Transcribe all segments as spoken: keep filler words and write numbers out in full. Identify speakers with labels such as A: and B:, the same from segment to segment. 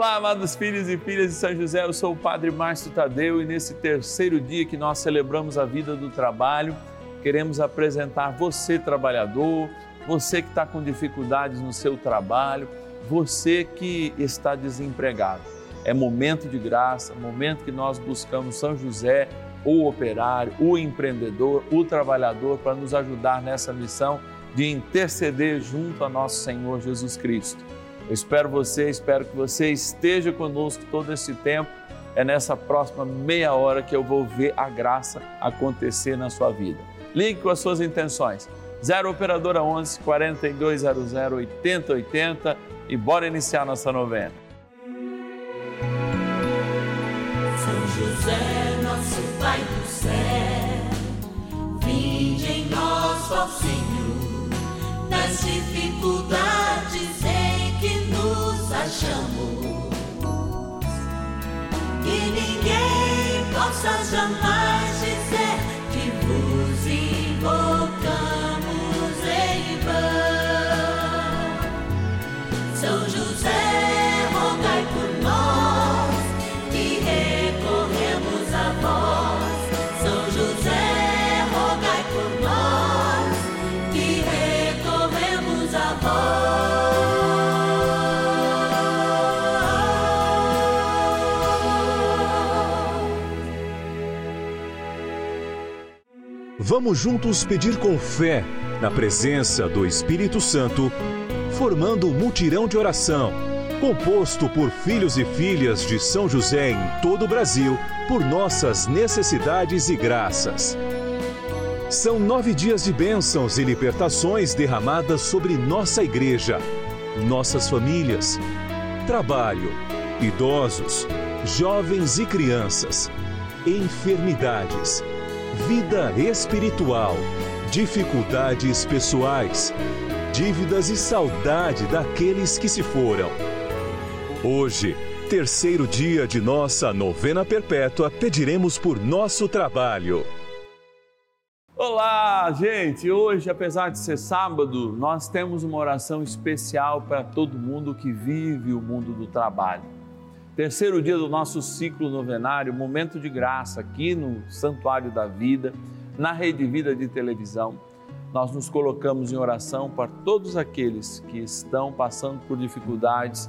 A: Olá, amados filhos e filhas de São José, eu sou o Padre Márcio Tadeu e nesse terceiro dia que nós celebramos a vida do trabalho, queremos apresentar você, trabalhador, você que está com dificuldades no seu trabalho, você que está desempregado. É momento de graça, momento que nós buscamos São José, o operário, o empreendedor, o trabalhador, para nos ajudar nessa missão de interceder junto a nosso Senhor Jesus Cristo. Eu espero você, espero que você esteja conosco todo esse tempo. É nessa próxima meia hora que eu vou ver a graça acontecer na sua vida. Ligue com as suas intenções. zero Operadora onze, quarenta e dois zero zero, oitenta oitenta e bora iniciar nossa novena.
B: São José, nosso Pai do céu, vinde em nós, ó Senhor, nas dificuldades em que nos achamos, que ninguém possa jamais dizer que vos invocamos em vão. São José, rogai por nós, que recorremos a vós. São José, rogai por nós, que recorremos a vós.
C: Vamos juntos pedir com fé, na presença do Espírito Santo, formando um mutirão de oração, composto por filhos e filhas de São José em todo o Brasil, por nossas necessidades e graças. São nove dias de bênçãos e libertações derramadas sobre nossa igreja, nossas famílias, trabalho, idosos, jovens e crianças, enfermidades, vida espiritual, dificuldades pessoais, dívidas e saudade daqueles que se foram. Hoje, terceiro dia de nossa novena perpétua, pediremos por nosso trabalho.
A: Olá, gente! Hoje, apesar de ser sábado, nós temos uma oração especial para todo mundo que vive o mundo do trabalho. Terceiro dia do nosso ciclo novenário, momento de graça aqui no Santuário da Vida, na Rede Vida de televisão. Nós nos colocamos em oração para todos aqueles que estão passando por dificuldades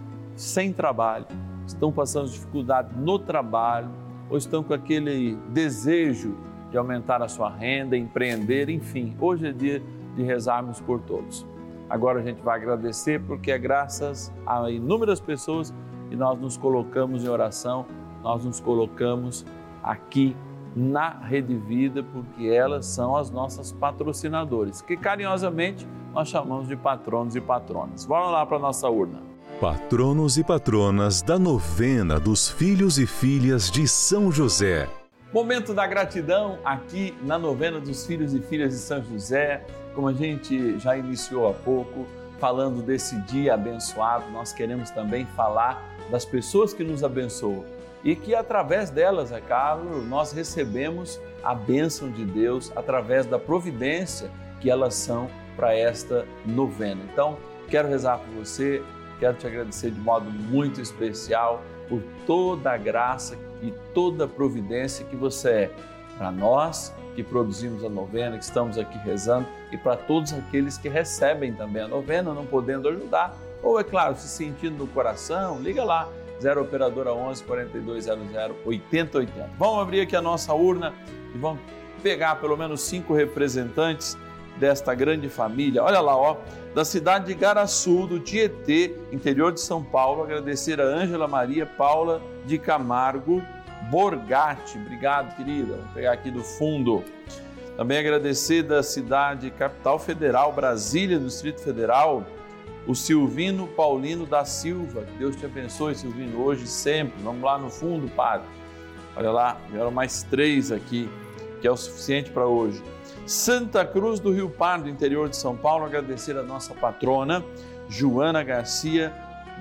A: sem trabalho, estão passando dificuldade no trabalho ou estão com aquele desejo de aumentar a sua renda, empreender, enfim. Hoje é dia de rezarmos por todos. Agora a gente vai agradecer porque é graças a inúmeras pessoas e nós nos colocamos em oração, nós nos colocamos aqui na Rede Vida, porque elas são as nossas patrocinadoras, que carinhosamente nós chamamos de patronos e patronas. Vamos lá para a nossa urna.
C: Patronos e patronas da novena dos filhos e filhas de São José.
A: Momento da gratidão aqui na novena dos filhos e filhas de São José, como a gente já iniciou há pouco, falando desse dia abençoado, nós queremos também falar das pessoas que nos abençoam e que através delas, é claro, nós recebemos a bênção de Deus através da providência que elas são para esta novena. Então, quero rezar por você, quero te agradecer de modo muito especial por toda a graça e toda a providência que você é para nós que produzimos a novena, que estamos aqui rezando e para todos aqueles que recebem também a novena, não podendo ajudar. Ou, é claro, se sentindo no coração, liga lá, zero Operadora onze, quarenta e dois zero zero, oitenta oitenta. Vamos abrir aqui a nossa urna e vamos pegar pelo menos cinco representantes desta grande família. Olha lá, ó, da cidade de Igaraçu, do Tietê, interior de São Paulo, agradecer a Ângela Maria Paula de Camargo Borgatti. Obrigado, querida. Vou pegar aqui do fundo. Também agradecer da cidade Capital Federal, Brasília, do Distrito Federal, o Silvino Paulino da Silva. Que Deus te abençoe, Silvino, hoje e sempre. Vamos lá no fundo, Padre. Olha lá, vieram mais três aqui, que é o suficiente para hoje. Santa Cruz do Rio Pardo, interior de São Paulo, agradecer a nossa patrona, Joana Garcia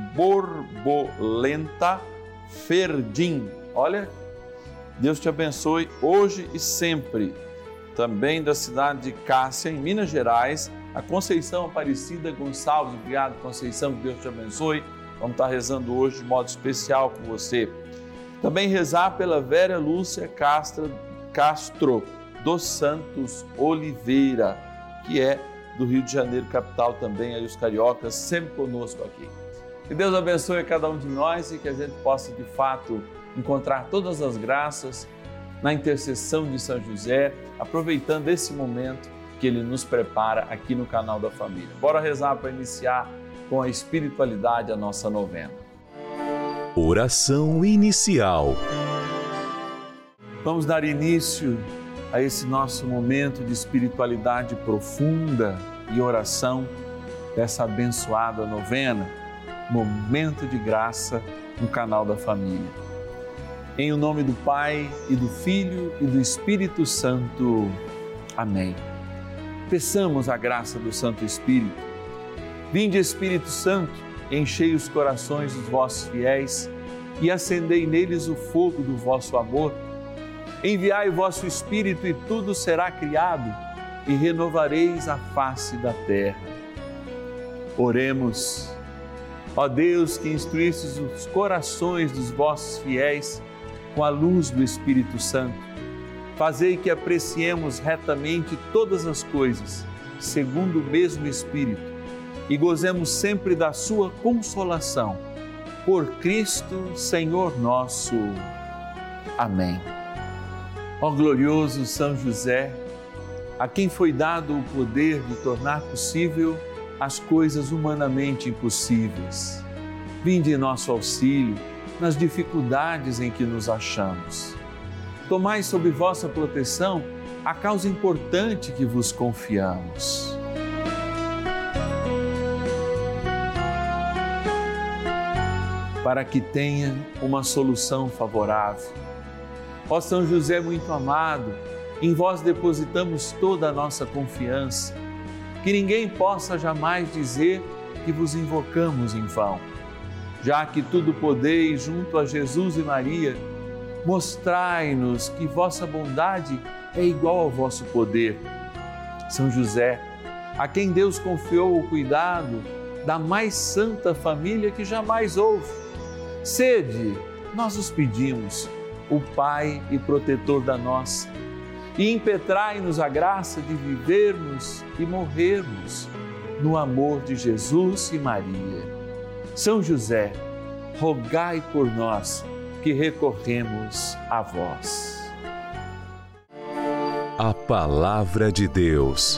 A: Borbolenta Ferdim. Olha, Deus te abençoe hoje e sempre. Também da cidade de Cássia, em Minas Gerais, a Conceição Aparecida Gonçalves. Obrigado, Conceição, que Deus te abençoe Vamos estar rezando hoje de modo especial com você. Também rezar pela Vera Lúcia Castro, Castro dos Santos Oliveira, que é do Rio de Janeiro, capital também, aí os cariocas, sempre conosco aqui. Que Deus abençoe a cada um de nós e que a gente possa, de fato, encontrar todas as graças na intercessão de São José, aproveitando esse momento que Ele nos prepara aqui no canal da Família. Bora rezar para iniciar com a espiritualidade a nossa novena.
C: Oração inicial.
A: Vamos dar início a esse nosso momento de espiritualidade profunda e oração dessa abençoada novena, Momento de Graça no canal da Família. Em o nome do Pai e do Filho e do Espírito Santo. Amém. Peçamos a graça do Santo Espírito. Vinde, Espírito Santo, enchei os corações dos vossos fiéis e acendei neles o fogo do vosso amor. Enviai o vosso Espírito e tudo será criado e renovareis a face da terra. Oremos. Ó Deus, que instruístes os corações dos vossos fiéis com a luz do Espírito Santo, fazei que apreciemos retamente todas as coisas, segundo o mesmo Espírito, e gozemos sempre da sua consolação. Por Cristo, Senhor nosso. Amém. Ó glorioso São José, a quem foi dado o poder de tornar possível as coisas humanamente impossíveis, vinde em nosso auxílio nas dificuldades em que nos achamos. Tomai sob vossa proteção a causa importante que vos confiamos. Para que tenha uma solução favorável. Ó São José muito amado, em vós depositamos toda a nossa confiança, que ninguém possa jamais dizer que vos invocamos em vão. Já que tudo podeis junto a Jesus e Maria, mostrai-nos que vossa bondade é igual ao vosso poder. São José, a quem Deus confiou o cuidado da mais santa família que jamais houve, sede, nós os pedimos, o Pai e protetor da nossa, e impetrai-nos a graça de vivermos e morrermos no amor de Jesus e Maria. São José, rogai por nós que recorremos a vós.
C: A Palavra de Deus.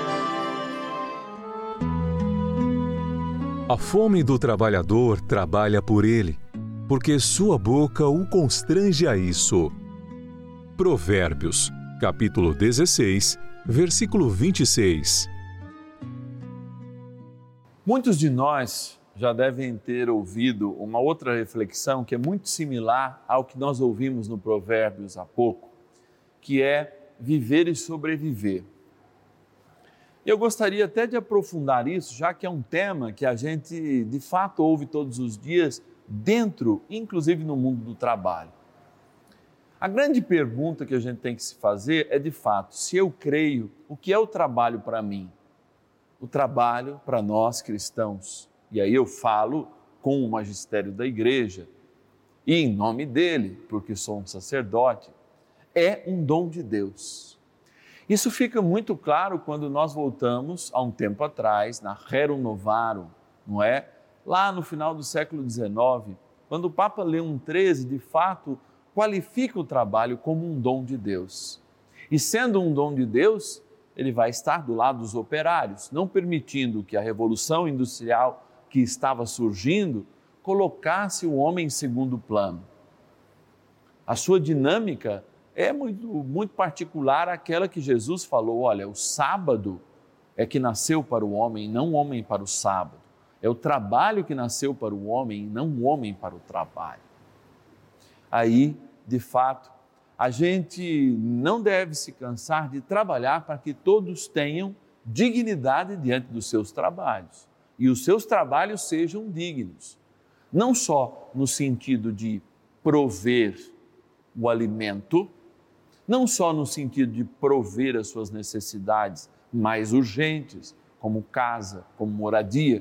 C: A fome do trabalhador trabalha por ele, porque sua boca o constrange a isso. Provérbios, capítulo dezesseis, versículo vinte e seis.
A: Muitos de nós já devem ter ouvido uma outra reflexão que é muito similar ao que nós ouvimos no Provérbios há pouco, que é viver e sobreviver. Eu gostaria até de aprofundar isso, já que é um tema que a gente de fato ouve todos os dias, dentro, inclusive no mundo do trabalho. A grande pergunta que a gente tem que se fazer é, de fato, se eu creio, o que é o trabalho para mim? O trabalho para nós cristãos, e aí eu falo com o magistério da igreja, e em nome dele, porque sou um sacerdote, é um dom de Deus. Isso fica muito claro quando nós voltamos a um tempo atrás, na Rerum Novarum, não é? Lá no final do século dezenove, quando o Papa Leão treze, de fato, qualifica o trabalho como um dom de Deus. E sendo um dom de Deus, ele vai estar do lado dos operários, não permitindo que a revolução industrial que estava surgindo colocasse o homem em segundo plano. A sua dinâmica é muito, muito particular àquela que Jesus falou, olha, o sábado é que nasceu para o homem, não o homem para o sábado. É o trabalho que nasceu para o homem, não o homem para o trabalho. Aí, de fato, a gente não deve se cansar de trabalhar para que todos tenham dignidade diante dos seus trabalhos. E os seus trabalhos sejam dignos. Não só no sentido de prover o alimento, não só no sentido de prover as suas necessidades mais urgentes, como casa, como moradia,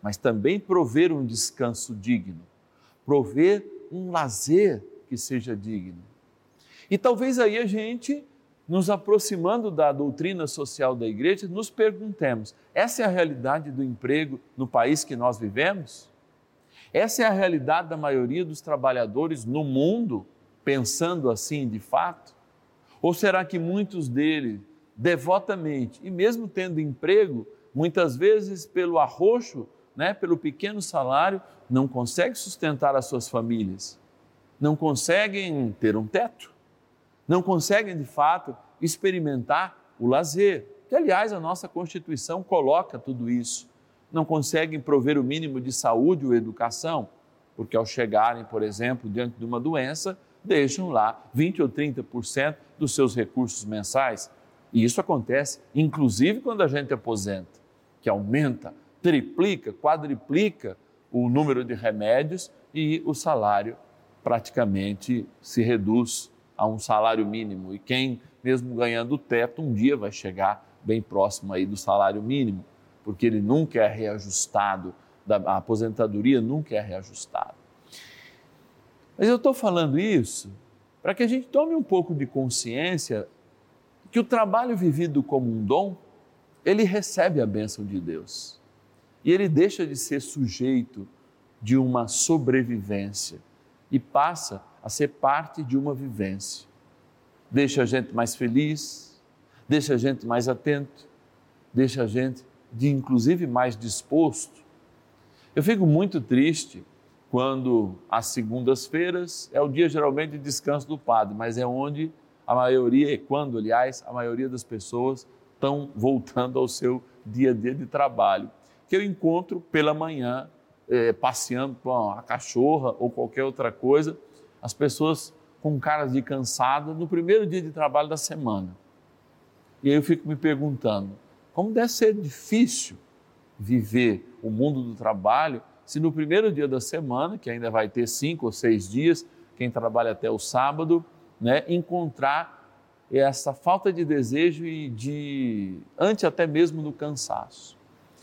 A: mas também prover um descanso digno, prover um lazer que seja digno. E talvez aí a gente, nos aproximando da doutrina social da igreja, nos perguntemos, essa é a realidade do emprego no país que nós vivemos? Essa é a realidade da maioria dos trabalhadores no mundo, pensando assim de fato? Ou será que muitos deles, devotamente, e mesmo tendo emprego, muitas vezes pelo arroxo, né, pelo pequeno salário, não conseguem sustentar as suas famílias, não conseguem ter um teto, não conseguem de fato experimentar o lazer, que aliás a nossa Constituição coloca tudo isso, não conseguem prover o mínimo de saúde ou educação, porque ao chegarem, por exemplo, diante de uma doença, deixam lá vinte ou trinta por cento dos seus recursos mensais. E isso acontece inclusive quando a gente aposenta, que aumenta, triplica, quadriplica o número de remédios e o salário praticamente se reduz a um salário mínimo. E quem, mesmo ganhando o teto, um dia vai chegar bem próximo aí do salário mínimo, porque ele nunca é reajustado, a aposentadoria nunca é reajustada. Mas eu estou falando isso para que a gente tome um pouco de consciência que o trabalho vivido como um dom, ele recebe a bênção de Deus e ele deixa de ser sujeito de uma sobrevivência e passa a ser parte de uma vivência. Deixa a gente mais feliz, deixa a gente mais atento, deixa a gente de inclusive mais disposto. Eu fico muito triste quando às segundas-feiras é o dia geralmente de descanso do padre, mas é onde a maioria, e quando aliás, a maioria das pessoas estão voltando ao seu dia a dia de trabalho, que eu encontro pela manhã, eh, passeando com a cachorra ou qualquer outra coisa, as pessoas com caras de cansada no primeiro dia de trabalho da semana. E aí eu fico me perguntando, como deve ser difícil viver o mundo do trabalho se no primeiro dia da semana, que ainda vai ter cinco ou seis dias, quem trabalha até o sábado, né, encontrar essa falta de desejo e de, antes até mesmo do cansaço.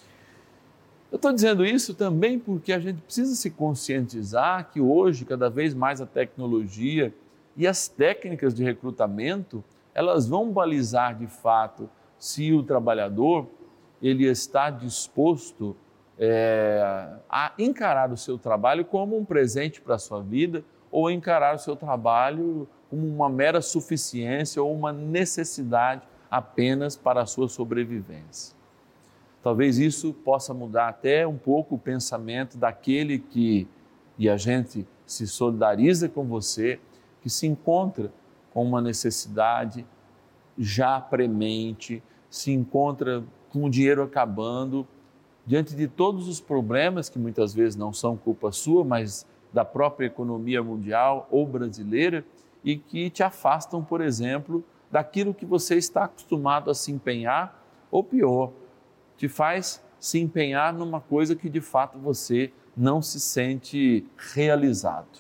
A: Eu estou dizendo isso também porque a gente precisa se conscientizar que hoje, cada vez mais a tecnologia e as técnicas de recrutamento, elas vão balizar de fato se o trabalhador ele está disposto é, a encarar o seu trabalho como um presente para a sua vida ou encarar o seu trabalho como uma mera suficiência ou uma necessidade apenas para a sua sobrevivência. Talvez isso possa mudar até um pouco o pensamento daquele que, e a gente se solidariza com você, que se encontra com uma necessidade já premente, se encontra com o dinheiro acabando, diante de todos os problemas que muitas vezes não são culpa sua, mas da própria economia mundial ou brasileira e que te afastam, por exemplo, daquilo que você está acostumado a se empenhar ou pior, te faz se empenhar numa coisa que de fato você não se sente realizado.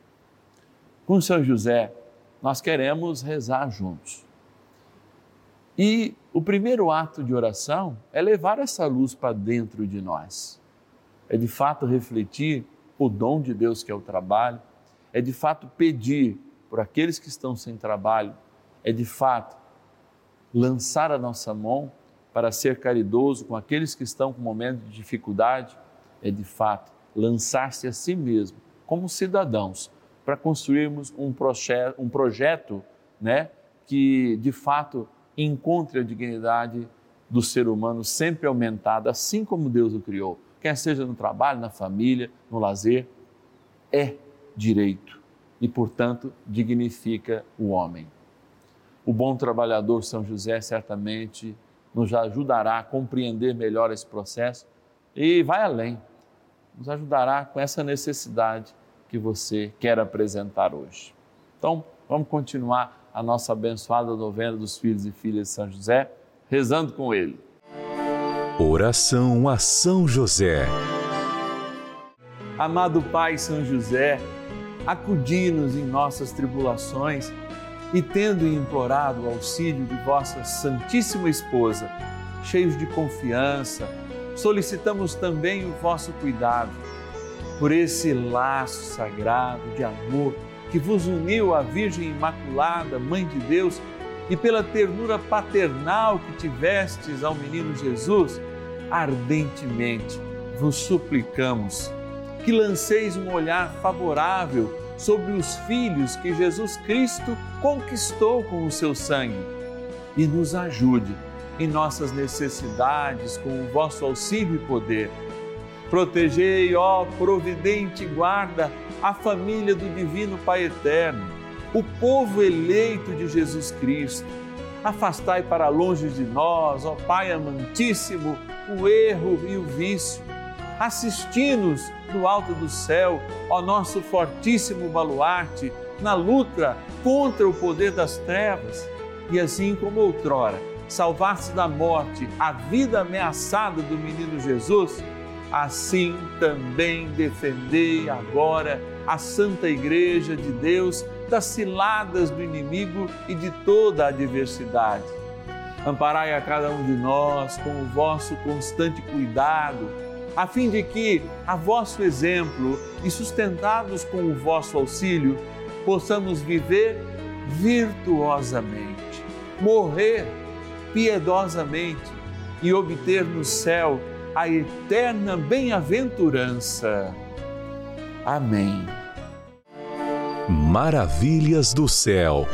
A: Com São José, nós queremos rezar juntos. E o primeiro ato de oração é levar essa luz para dentro de nós. É de fato refletir o dom de Deus que é o trabalho, é de fato pedir por aqueles que estão sem trabalho, é de fato lançar a nossa mão para ser caridoso com aqueles que estão com momento de dificuldade, é de fato lançar-se a si mesmo como cidadãos para construirmos um, proje- um projeto, né, que de fato encontre a dignidade do ser humano sempre aumentada, assim como Deus o criou, quer seja no trabalho, na família, no lazer, é direito e, portanto, dignifica o homem. O bom trabalhador São José certamente nos ajudará a compreender melhor esse processo e vai além, nos ajudará com essa necessidade que você quer apresentar hoje. Então, vamos continuar a nossa abençoada novena dos filhos e filhas de São José, rezando com ele.
C: Oração a São José.
A: Amado Pai São José, acudi-nos em nossas tribulações e, tendo implorado o auxílio de vossa Santíssima Esposa, cheios de confiança, solicitamos também o vosso cuidado por esse laço sagrado de amor que vos uniu à Virgem Imaculada, Mãe de Deus, e pela ternura paternal que tivestes ao menino Jesus, ardentemente vos suplicamos que lanceis um olhar favorável sobre os filhos que Jesus Cristo conquistou com o seu sangue e nos ajude em nossas necessidades com o vosso auxílio e poder. Protegei, ó providente guarda, a família do Divino Pai Eterno, o povo eleito de Jesus Cristo. Afastai para longe de nós, ó Pai amantíssimo, o erro e o vício. Assisti-nos do alto do céu, ó nosso fortíssimo baluarte, na luta contra o poder das trevas. E assim como outrora, salvaste da morte a vida ameaçada do menino Jesus, assim também defendei agora a Santa Igreja de Deus das ciladas do inimigo e de toda a adversidade. Amparai a cada um de nós com o vosso constante cuidado, a fim de que, a vosso exemplo e sustentados com o vosso auxílio, possamos viver virtuosamente, morrer piedosamente e obter no céu a eterna bem-aventurança. Amém.
C: Maravilhas do céu.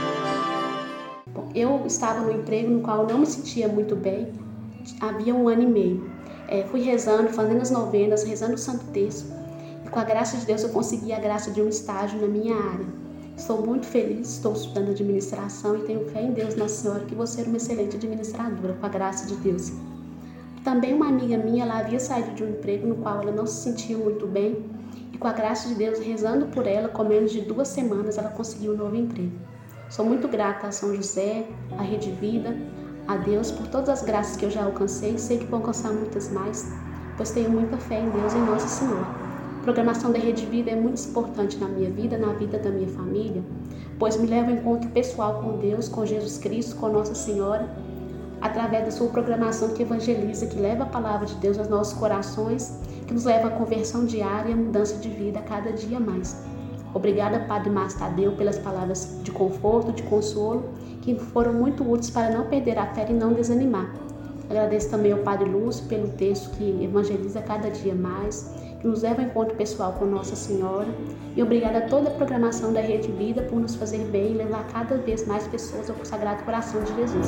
D: Eu estava no emprego no qual eu não me sentia muito bem, havia um ano e meio. É, fui rezando, fazendo as novenas, rezando o Santo Terço, e com a graça de Deus eu consegui a graça de um estágio na minha área. Estou muito feliz, estou estudando administração e tenho fé em Deus, Nossa Senhora, que vou ser uma excelente administradora, com a graça de Deus. Também uma amiga minha, ela havia saído de um emprego no qual ela não se sentia muito bem, e com a graça de Deus, rezando por ela, com menos de duas semanas, ela conseguiu um novo emprego. Sou muito grata a São José, à Rede Vida, a Deus por todas as graças que eu já alcancei e sei que vou alcançar muitas mais, pois tenho muita fé em Deus e em Nossa Senhora. A programação da Rede Vida é muito importante na minha vida, na vida da minha família, pois me leva ao encontro pessoal com Deus, com Jesus Cristo, com Nossa Senhora, através da sua programação que evangeliza, que leva a palavra de Deus aos nossos corações, que nos leva à conversão diária e à mudança de vida a cada dia mais. Obrigada, Padre Márcio Tadeu, pelas palavras de conforto, de consolo, que foram muito úteis para não perder a fé e não desanimar. Agradeço também ao Padre Lúcio pelo texto que evangeliza cada dia mais, que nos leva ao encontro pessoal com Nossa Senhora. E obrigada a toda a programação da Rede Vida por nos fazer bem e levar cada vez mais pessoas ao Sagrado Coração de Jesus.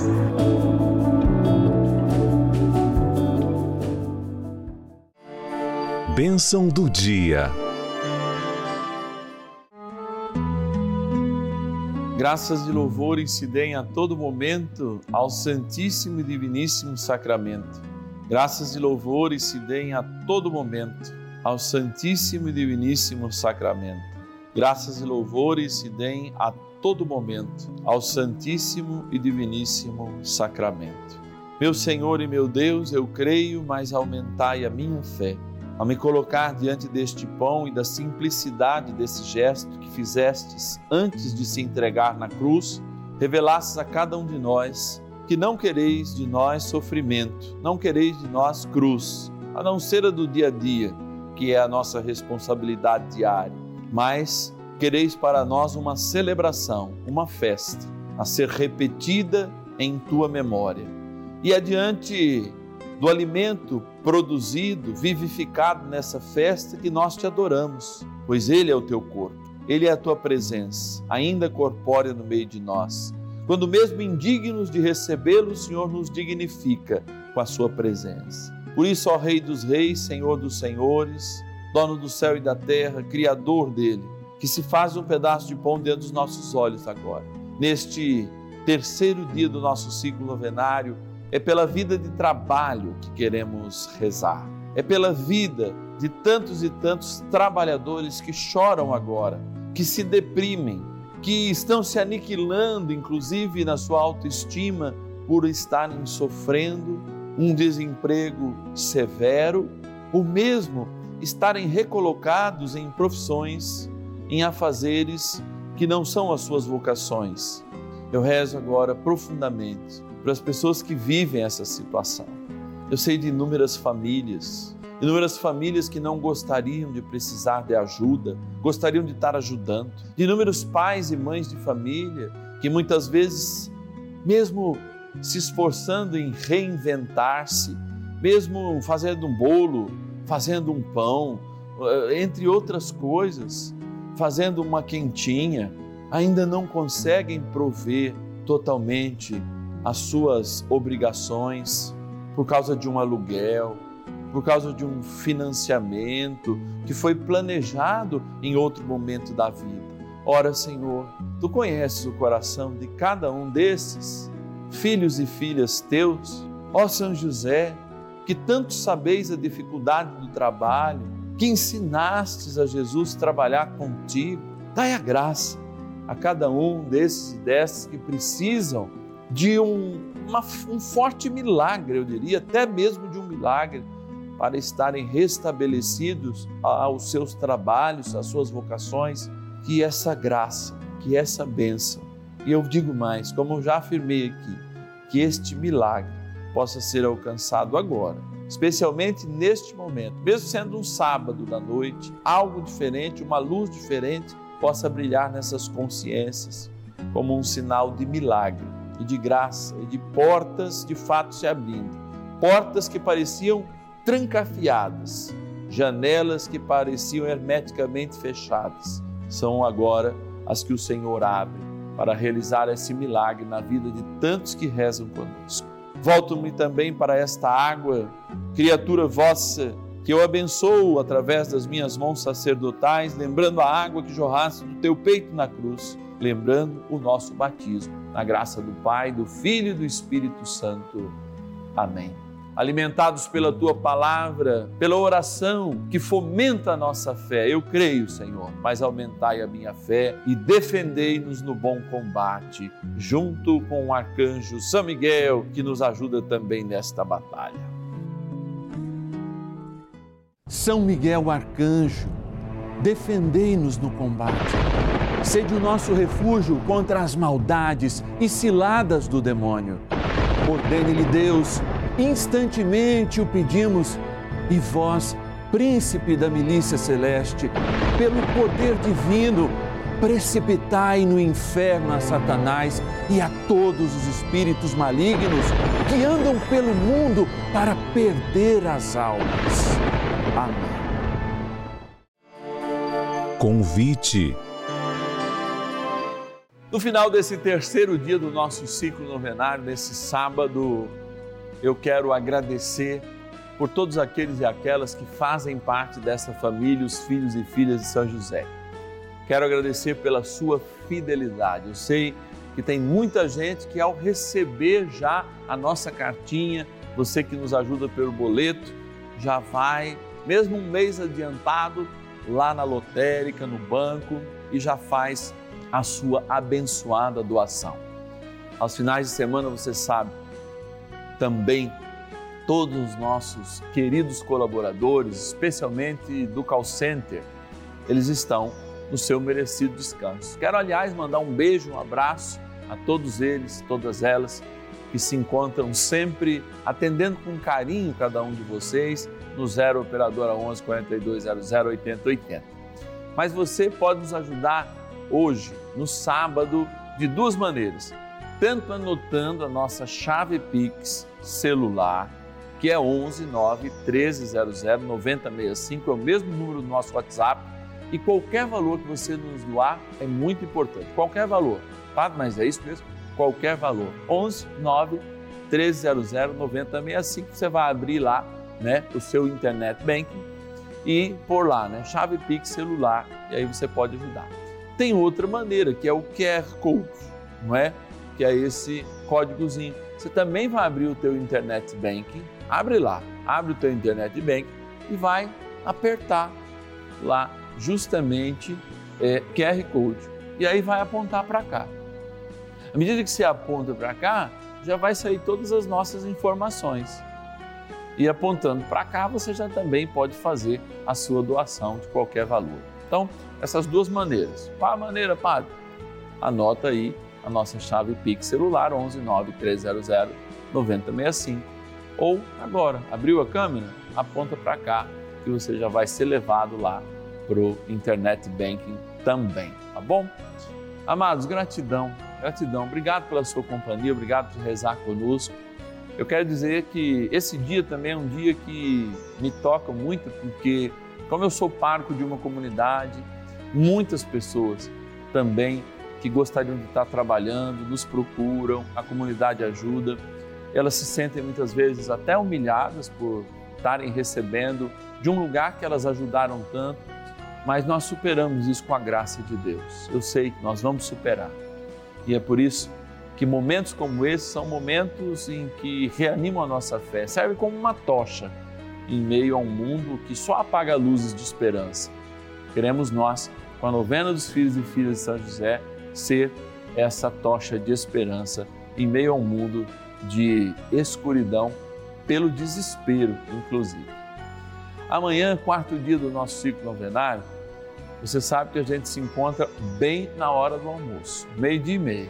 C: Bênção do dia.
A: Graças e louvores se deem a todo momento ao Santíssimo e Diviníssimo Sacramento. Graças e louvores se deem a todo momento ao Santíssimo e Diviníssimo Sacramento. Graças e louvores se deem a todo momento ao Santíssimo e Diviníssimo Sacramento. Meu Senhor e meu Deus, eu creio, mas aumentai a minha fé. Ao me colocar diante deste pão e da simplicidade desse gesto que fizestes antes de se entregar na cruz, revelastes a cada um de nós que não quereis de nós sofrimento, não quereis de nós cruz, a não ser a do dia a dia, que é a nossa responsabilidade diária, mas quereis para nós uma celebração, uma festa, a ser repetida em tua memória. E adiante do alimento produzido, vivificado nessa festa que nós te adoramos, pois Ele é o teu corpo, Ele é a tua presença, ainda corpórea no meio de nós. Quando mesmo indignos de recebê-lo, o Senhor nos dignifica com a sua presença. Por isso, ó Rei dos Reis, Senhor dos Senhores, dono do céu e da terra, Criador dele, que se faz um pedaço de pão dentro dos nossos olhos agora. Neste terceiro dia do nosso ciclo novenário, é pela vida de trabalho que queremos rezar. É pela vida de tantos e tantos trabalhadores que choram agora, que se deprimem, que estão se aniquilando, inclusive na sua autoestima, por estarem sofrendo um desemprego severo, ou mesmo estarem recolocados em profissões, em afazeres que não são as suas vocações. Eu rezo agora profundamente para as pessoas que vivem essa situação. Eu sei de inúmeras famílias, inúmeras famílias que não gostariam de precisar de ajuda, gostariam de estar ajudando, de inúmeros pais e mães de família que muitas vezes, mesmo se esforçando em reinventar-se, mesmo fazendo um bolo, fazendo um pão, entre outras coisas, fazendo uma quentinha, ainda não conseguem prover totalmente as suas obrigações por causa de um aluguel, por causa de um financiamento que foi planejado em outro momento da vida. Ora, Senhor, Tu conheces o coração de cada um desses filhos e filhas Teus. Ó São José, que tanto sabeis a dificuldade do trabalho, que ensinastes a Jesus trabalhar contigo, dai a graça a cada um desses e dessas que precisam de um, uma, um forte milagre, eu diria, até mesmo de um milagre, para estarem restabelecidos aos seus trabalhos, às suas vocações, que essa graça, que essa bênção, e eu digo mais, como eu já afirmei aqui, que este milagre possa ser alcançado agora, especialmente neste momento, mesmo sendo um sábado da noite, algo diferente, uma luz diferente, possa brilhar nessas consciências como um sinal de milagre e de graça e de portas de fato se abrindo, portas que pareciam trancafiadas, janelas que pareciam hermeticamente fechadas, são agora as que o Senhor abre para realizar esse milagre na vida de tantos que rezam conosco. Volto-me também para esta água, criatura vossa, que eu abençoo através das minhas mãos sacerdotais, lembrando a água que jorraste do teu peito na cruz, lembrando o nosso batismo, na graça do Pai, do Filho e do Espírito Santo. Amém. Alimentados pela Tua palavra, pela oração que fomenta a nossa fé, eu creio, Senhor, mas aumentai a minha fé e defendei-nos no bom combate, junto com o arcanjo São Miguel, que nos ajuda também nesta batalha. São Miguel Arcanjo, defendei-nos no combate. Sede o nosso refúgio contra as maldades e ciladas do demônio. Ordene-lhe Deus, instantemente o pedimos, e vós, príncipe da milícia celeste, pelo poder divino, precipitai no inferno a Satanás e a todos os espíritos malignos que andam pelo mundo para perder as almas. Amém.
C: Convite.
A: No final desse terceiro dia do nosso ciclo novenário, nesse sábado, eu quero agradecer por todos aqueles e aquelas que fazem parte dessa família, os filhos e filhas de São José. Quero agradecer pela sua fidelidade. Eu sei que tem muita gente que, ao receber já a nossa cartinha, você que nos ajuda pelo boleto, já vai, mesmo um mês adiantado, lá na lotérica, no banco, e já faz a sua abençoada doação. Aos finais de semana, você sabe, também todos os nossos queridos colaboradores, especialmente do call center, eles estão no seu merecido descanso. Quero, aliás, mandar um beijo, um abraço a todos eles, todas elas, que se encontram sempre atendendo com carinho cada um de vocês no zero operadora onze, quarenta e dois zero zero, oitenta oitenta. Mas você pode nos ajudar hoje, no sábado, de duas maneiras. Tanto anotando a nossa chave Pix celular, que é onze nove treze zero zero noventa sessenta e cinco, é o mesmo número do nosso WhatsApp, e qualquer valor que você nos doar é muito importante. Qualquer valor, tá? Mas é isso mesmo, qualquer valor. onze nove treze zero zero noventa sessenta e cinco, você vai abrir lá, né, o seu internet banking e pôr lá, né, chave Pix celular, e aí você pode ajudar. Tem outra maneira, que é o Q R Code, não é? Que é esse códigozinho. Você também vai abrir o teu internet banking, abre lá, abre o teu internet banking e vai apertar lá justamente é, Q R Code. E aí vai apontar para cá. À medida que você aponta para cá, já vai sair todas as nossas informações. E apontando para cá, você já também pode fazer a sua doação de qualquer valor. Então, essas duas maneiras. Qual a maneira, padre? Anota aí a nossa chave Pix celular, onze nove treze zero zero noventa sessenta e cinco. Ou agora, abriu a câmera, aponta para cá, que você já vai ser levado lá para o Internet Banking também, tá bom? Amados, gratidão, gratidão. Obrigado pela sua companhia, obrigado por rezar conosco. Eu quero dizer que esse dia também é um dia que me toca muito, porque como eu sou pároco de uma comunidade, muitas pessoas também que gostariam de estar trabalhando, nos procuram, a comunidade ajuda. Elas se sentem muitas vezes até humilhadas por estarem recebendo de um lugar que elas ajudaram tanto, mas nós superamos isso com a graça de Deus. Eu sei que nós vamos superar. E é por isso que momentos como esses são momentos em que reanimam a nossa fé, serve como uma tocha em meio a um mundo que só apaga luzes de esperança. Queremos nós, com a novena dos filhos e filhas de São José, ser essa tocha de esperança em meio a um mundo de escuridão, pelo desespero, inclusive. Amanhã, quarto dia do nosso ciclo novenário, você sabe que a gente se encontra bem na hora do almoço, meio-dia e meia.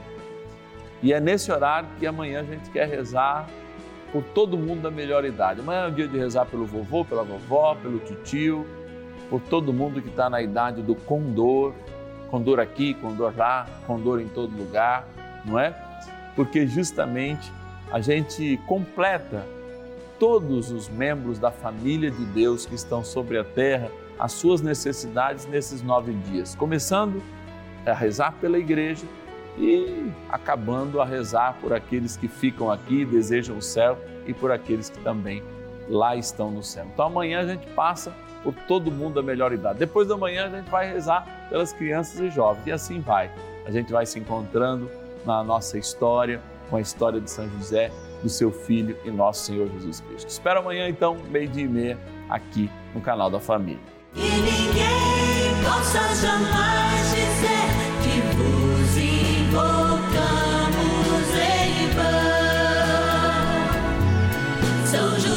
A: E é nesse horário que amanhã a gente quer rezar por todo mundo da melhor idade. Amanhã é o dia de rezar pelo vovô, pela vovó, pelo titio, por todo mundo que está na idade do condor, condor aqui, condor lá, condor em todo lugar, não é? Porque justamente a gente completa todos os membros da família de Deus que estão sobre a terra, as suas necessidades nesses nove dias, começando a rezar pela igreja e acabando a rezar por aqueles que ficam aqui, desejam o céu, e por aqueles que também lá estão no céu. Então amanhã a gente passa por todo mundo da melhor idade. Depois da manhã a gente vai rezar pelas crianças e jovens, e assim vai. A gente vai se encontrando na nossa história, com a história de São José, do seu Filho e nosso Senhor Jesus Cristo. Espero amanhã, então, meio-dia e meia, aqui no canal da Família.
B: E ninguém possa jamais dizer que vos invocamos em vão. São José.